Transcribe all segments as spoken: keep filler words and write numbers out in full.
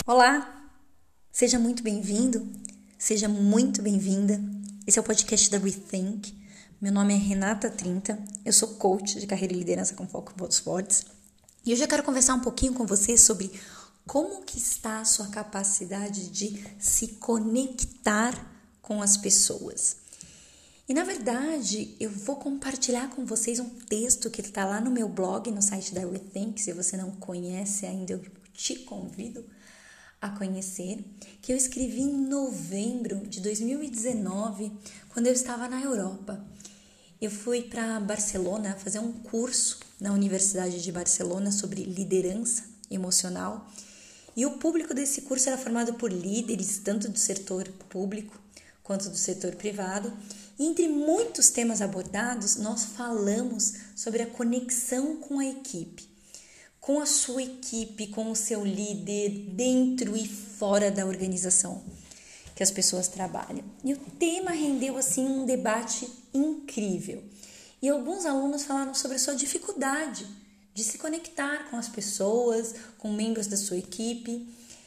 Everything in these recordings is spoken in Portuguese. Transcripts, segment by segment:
Olá, seja muito bem-vindo, seja muito bem-vinda. Esse é o podcast da Rethink. Meu nome é Renata Trinta, eu sou coach de carreira e liderança com foco em pontos fortes. E hoje eu quero conversar um pouquinho com você sobre como que está a sua capacidade de se conectar com as pessoas. E na verdade, eu vou compartilhar com vocês um texto que está lá no meu blog, no site da Rethink. Se você não conhece ainda, eu te convido a conhecer, que eu escrevi em novembro de dois mil e dezenove, quando eu estava na Europa. Eu fui para Barcelona fazer um curso na Universidade de Barcelona sobre liderança emocional, e o público desse curso era formado por líderes tanto do setor público quanto do setor privado, e entre muitos temas abordados, nós falamos sobre a conexão com a equipe, com a sua equipe, com o seu líder, dentro e fora da organização que as pessoas trabalham. E o tema rendeu assim um debate incrível. E alguns alunos falaram sobre a sua dificuldade de se conectar com as pessoas, com membros da sua equipe.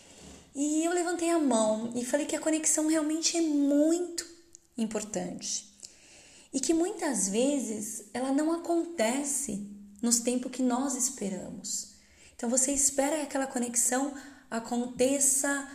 E eu levantei a mão e falei que a conexão realmente é muito importante. E que muitas vezes ela não acontece nos tempos que nós esperamos. Então você espera que aquela conexão aconteça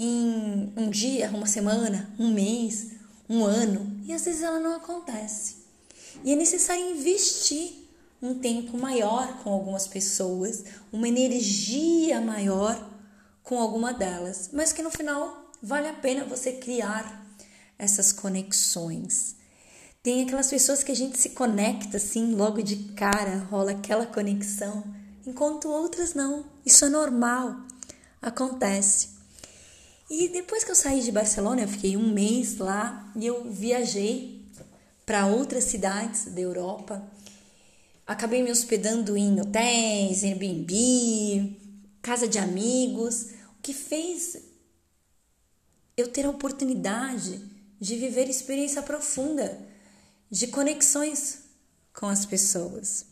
em um dia, uma semana, um mês, um ano, e às vezes ela não acontece. E é necessário investir um tempo maior com algumas pessoas, uma energia maior com alguma delas, mas que no final vale a pena você criar essas conexões. Tem aquelas pessoas que a gente se conecta assim, logo de cara, rola aquela conexão, enquanto outras não. Isso é normal, acontece. E depois que eu saí de Barcelona, eu fiquei um mês lá e eu viajei para outras cidades da Europa. Acabei me hospedando em hotéis, Airbnb, casa de amigos, o que fez eu ter a oportunidade de viver experiência profunda, de conexões com as pessoas.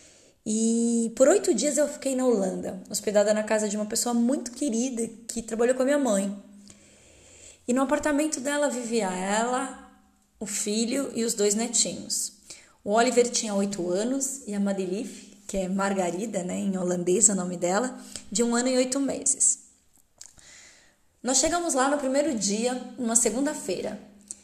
E por oito dias eu fiquei na Holanda, hospedada na casa de uma pessoa muito querida que trabalhou com a minha mãe. E no apartamento dela vivia ela, o filho e os dois netinhos. O Oliver tinha oito anos e a Madelief, que é Margarida, né, em holandês é o nome dela, de um ano e oito meses. Nós chegamos lá no primeiro dia, numa segunda-feira.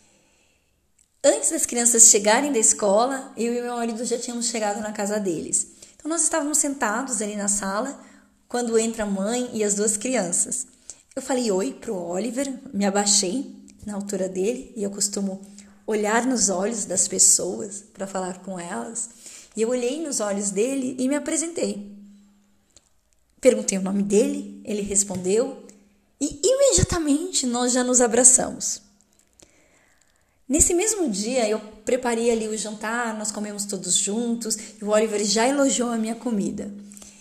Antes das crianças chegarem da escola, eu e meu marido já tínhamos chegado na casa deles. Então, nós estávamos sentados ali na sala, quando entra a mãe e as duas crianças. Eu falei oi para o Oliver, me abaixei na altura dele, e eu costumo olhar nos olhos das pessoas para falar com elas. E eu olhei nos olhos dele e me apresentei. Perguntei o nome dele, ele respondeu, e imediatamente nós já nos abraçamos. Nesse mesmo dia, eu preparei ali o jantar, nós comemos todos juntos, e o Oliver já elogiou a minha comida.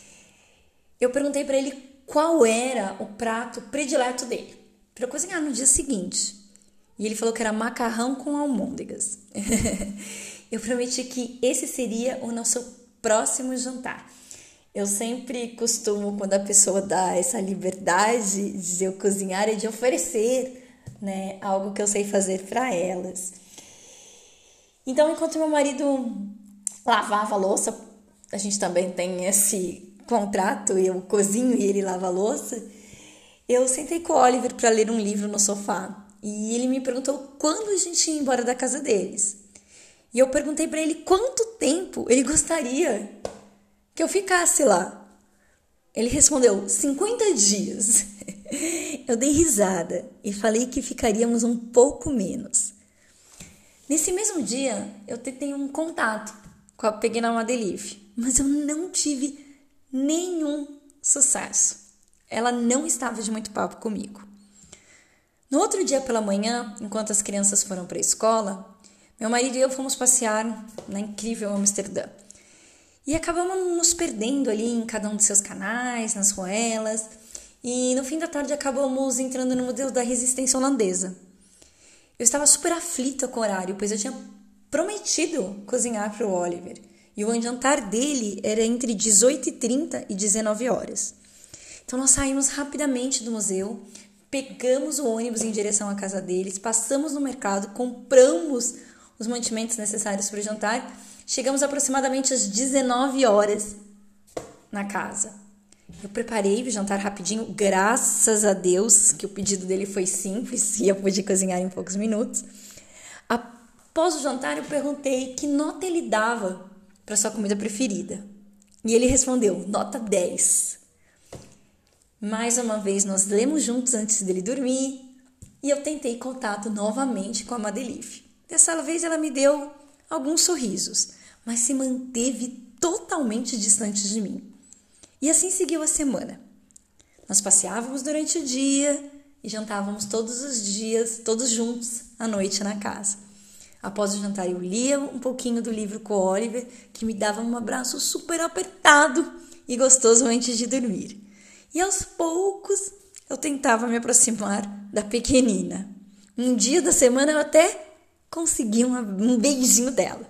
Eu perguntei para ele qual era o prato predileto dele, para eu cozinhar no dia seguinte. E ele falou que era macarrão com almôndegas. Eu prometi que esse seria o nosso próximo jantar. Eu sempre costumo, quando a pessoa dá essa liberdade de eu cozinhar e de oferecer, né, algo que eu sei fazer para elas. Então, enquanto meu marido lavava a louça, a gente também tem esse contrato, eu cozinho e ele lava a louça, eu sentei com o Oliver para ler um livro no sofá, e ele me perguntou quando a gente ia embora da casa deles. E eu perguntei para ele quanto tempo ele gostaria que eu ficasse lá. Ele respondeu cinquenta dias. Eu dei risada e falei que ficaríamos um pouco menos. Nesse mesmo dia, eu tentei um contato com a pequena Madelief, mas eu não tive nenhum sucesso. Ela não estava de muito papo comigo. No outro dia pela manhã, enquanto as crianças foram para a escola, meu marido e eu fomos passear na incrível Amsterdã. E acabamos nos perdendo ali em cada um de seus canais, nas ruelas. E no fim da tarde acabamos entrando no Museu da Resistência Holandesa. Eu estava super aflita com o horário, pois eu tinha prometido cozinhar para o Oliver. E o jantar dele era entre dezoito e trinta e dezenove horas. Então nós saímos rapidamente do museu, pegamos o ônibus em direção à casa deles, passamos no mercado, compramos os mantimentos necessários para o jantar, chegamos aproximadamente às dezenove horas na casa. Eu preparei o jantar rapidinho, graças a Deus, que o pedido dele foi simples e eu pude cozinhar em poucos minutos. Após o jantar, eu perguntei que nota ele dava para sua comida preferida. E ele respondeu, nota dez. Mais uma vez, nós lemos juntos antes dele dormir e eu tentei contato novamente com a Madelife. Dessa vez, ela me deu alguns sorrisos, mas se manteve totalmente distante de mim. E assim seguiu a semana. Nós passeávamos durante o dia e jantávamos todos os dias, todos juntos, à noite na casa. Após o jantar, eu lia um pouquinho do livro com o Oliver, que me dava um abraço super apertado e gostoso antes de dormir. E aos poucos, eu tentava me aproximar da pequenina. Um dia da semana, eu até consegui uma, um beijinho dela.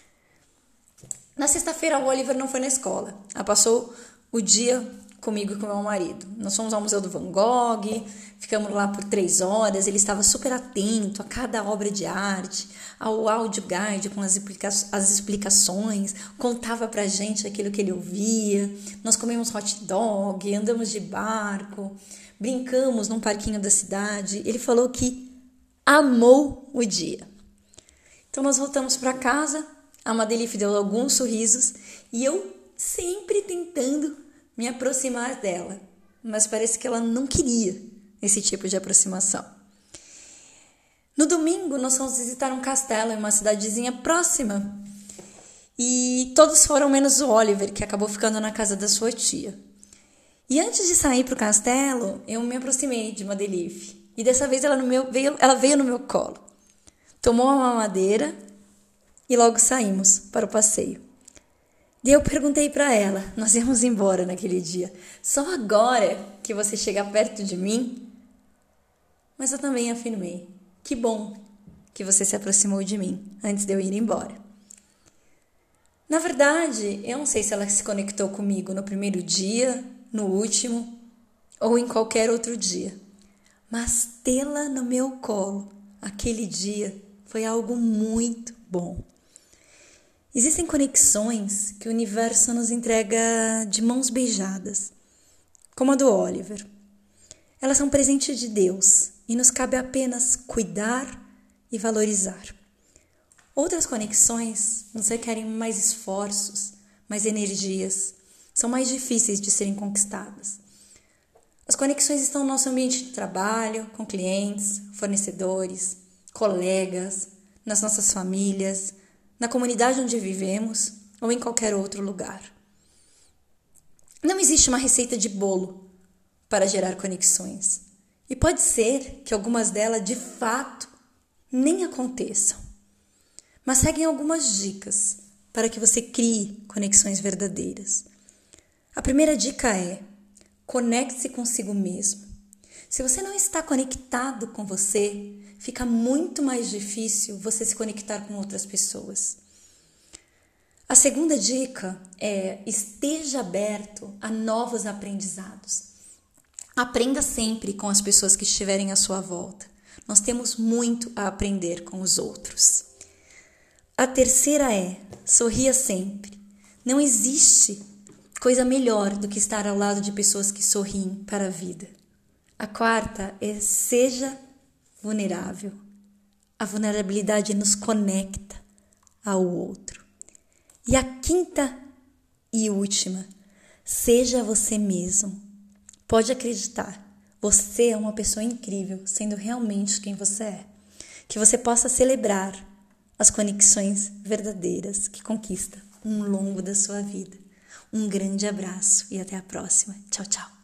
Na sexta-feira, o Oliver não foi na escola. Ela passou o dia comigo e com meu marido. Nós fomos ao Museu do Van Gogh, ficamos lá por três horas. Ele estava super atento a cada obra de arte, ao áudio guide com as, explica- as explicações, contava pra gente aquilo que ele ouvia. Nós comemos hot dog, andamos de barco, brincamos num parquinho da cidade. Ele falou que amou o dia. Então nós voltamos para casa, a Madelife deu alguns sorrisos e eu sempre tentando me aproximar dela, mas parece que ela não queria esse tipo de aproximação. No domingo, nós fomos visitar um castelo em uma cidadezinha próxima e todos foram menos o Oliver, que acabou ficando na casa da sua tia. E antes de sair para o castelo, eu me aproximei de Madelife e dessa vez ela, no meu, veio, ela veio no meu colo, tomou uma mamadeira e logo saímos para o passeio. E eu perguntei para ela, nós íamos embora naquele dia, só agora que você chega perto de mim? Mas eu também afirmei, que bom que você se aproximou de mim antes de eu ir embora. Na verdade, eu não sei se ela se conectou comigo no primeiro dia, no último ou em qualquer outro dia, mas tê-la no meu colo aquele dia foi algo muito bom. Existem conexões que o universo nos entrega de mãos beijadas, como a do Oliver. Elas são presente de Deus e nos cabe apenas cuidar e valorizar. Outras conexões nos requerem mais esforços, mais energias, são mais difíceis de serem conquistadas. As conexões estão no nosso ambiente de trabalho, com clientes, fornecedores, colegas, nas nossas famílias, na comunidade onde vivemos ou em qualquer outro lugar. Não existe uma receita de bolo para gerar conexões. E pode ser que algumas delas, de fato, nem aconteçam. Mas seguem algumas dicas para que você crie conexões verdadeiras. A primeira dica é: conecte-se consigo mesmo. Se você não está conectado com você, fica muito mais difícil você se conectar com outras pessoas. A segunda dica é: esteja aberto a novos aprendizados. Aprenda sempre com as pessoas que estiverem à sua volta. Nós temos muito a aprender com os outros. A terceira é: sorria sempre. Não existe coisa melhor do que estar ao lado de pessoas que sorriem para a vida. A quarta é: seja vulnerável. A vulnerabilidade nos conecta ao outro. E a quinta e última: seja você mesmo. Pode acreditar, você é uma pessoa incrível, sendo realmente quem você é. Que você possa celebrar as conexões verdadeiras que conquista ao longo da sua vida. Um grande abraço e até a próxima. Tchau, tchau.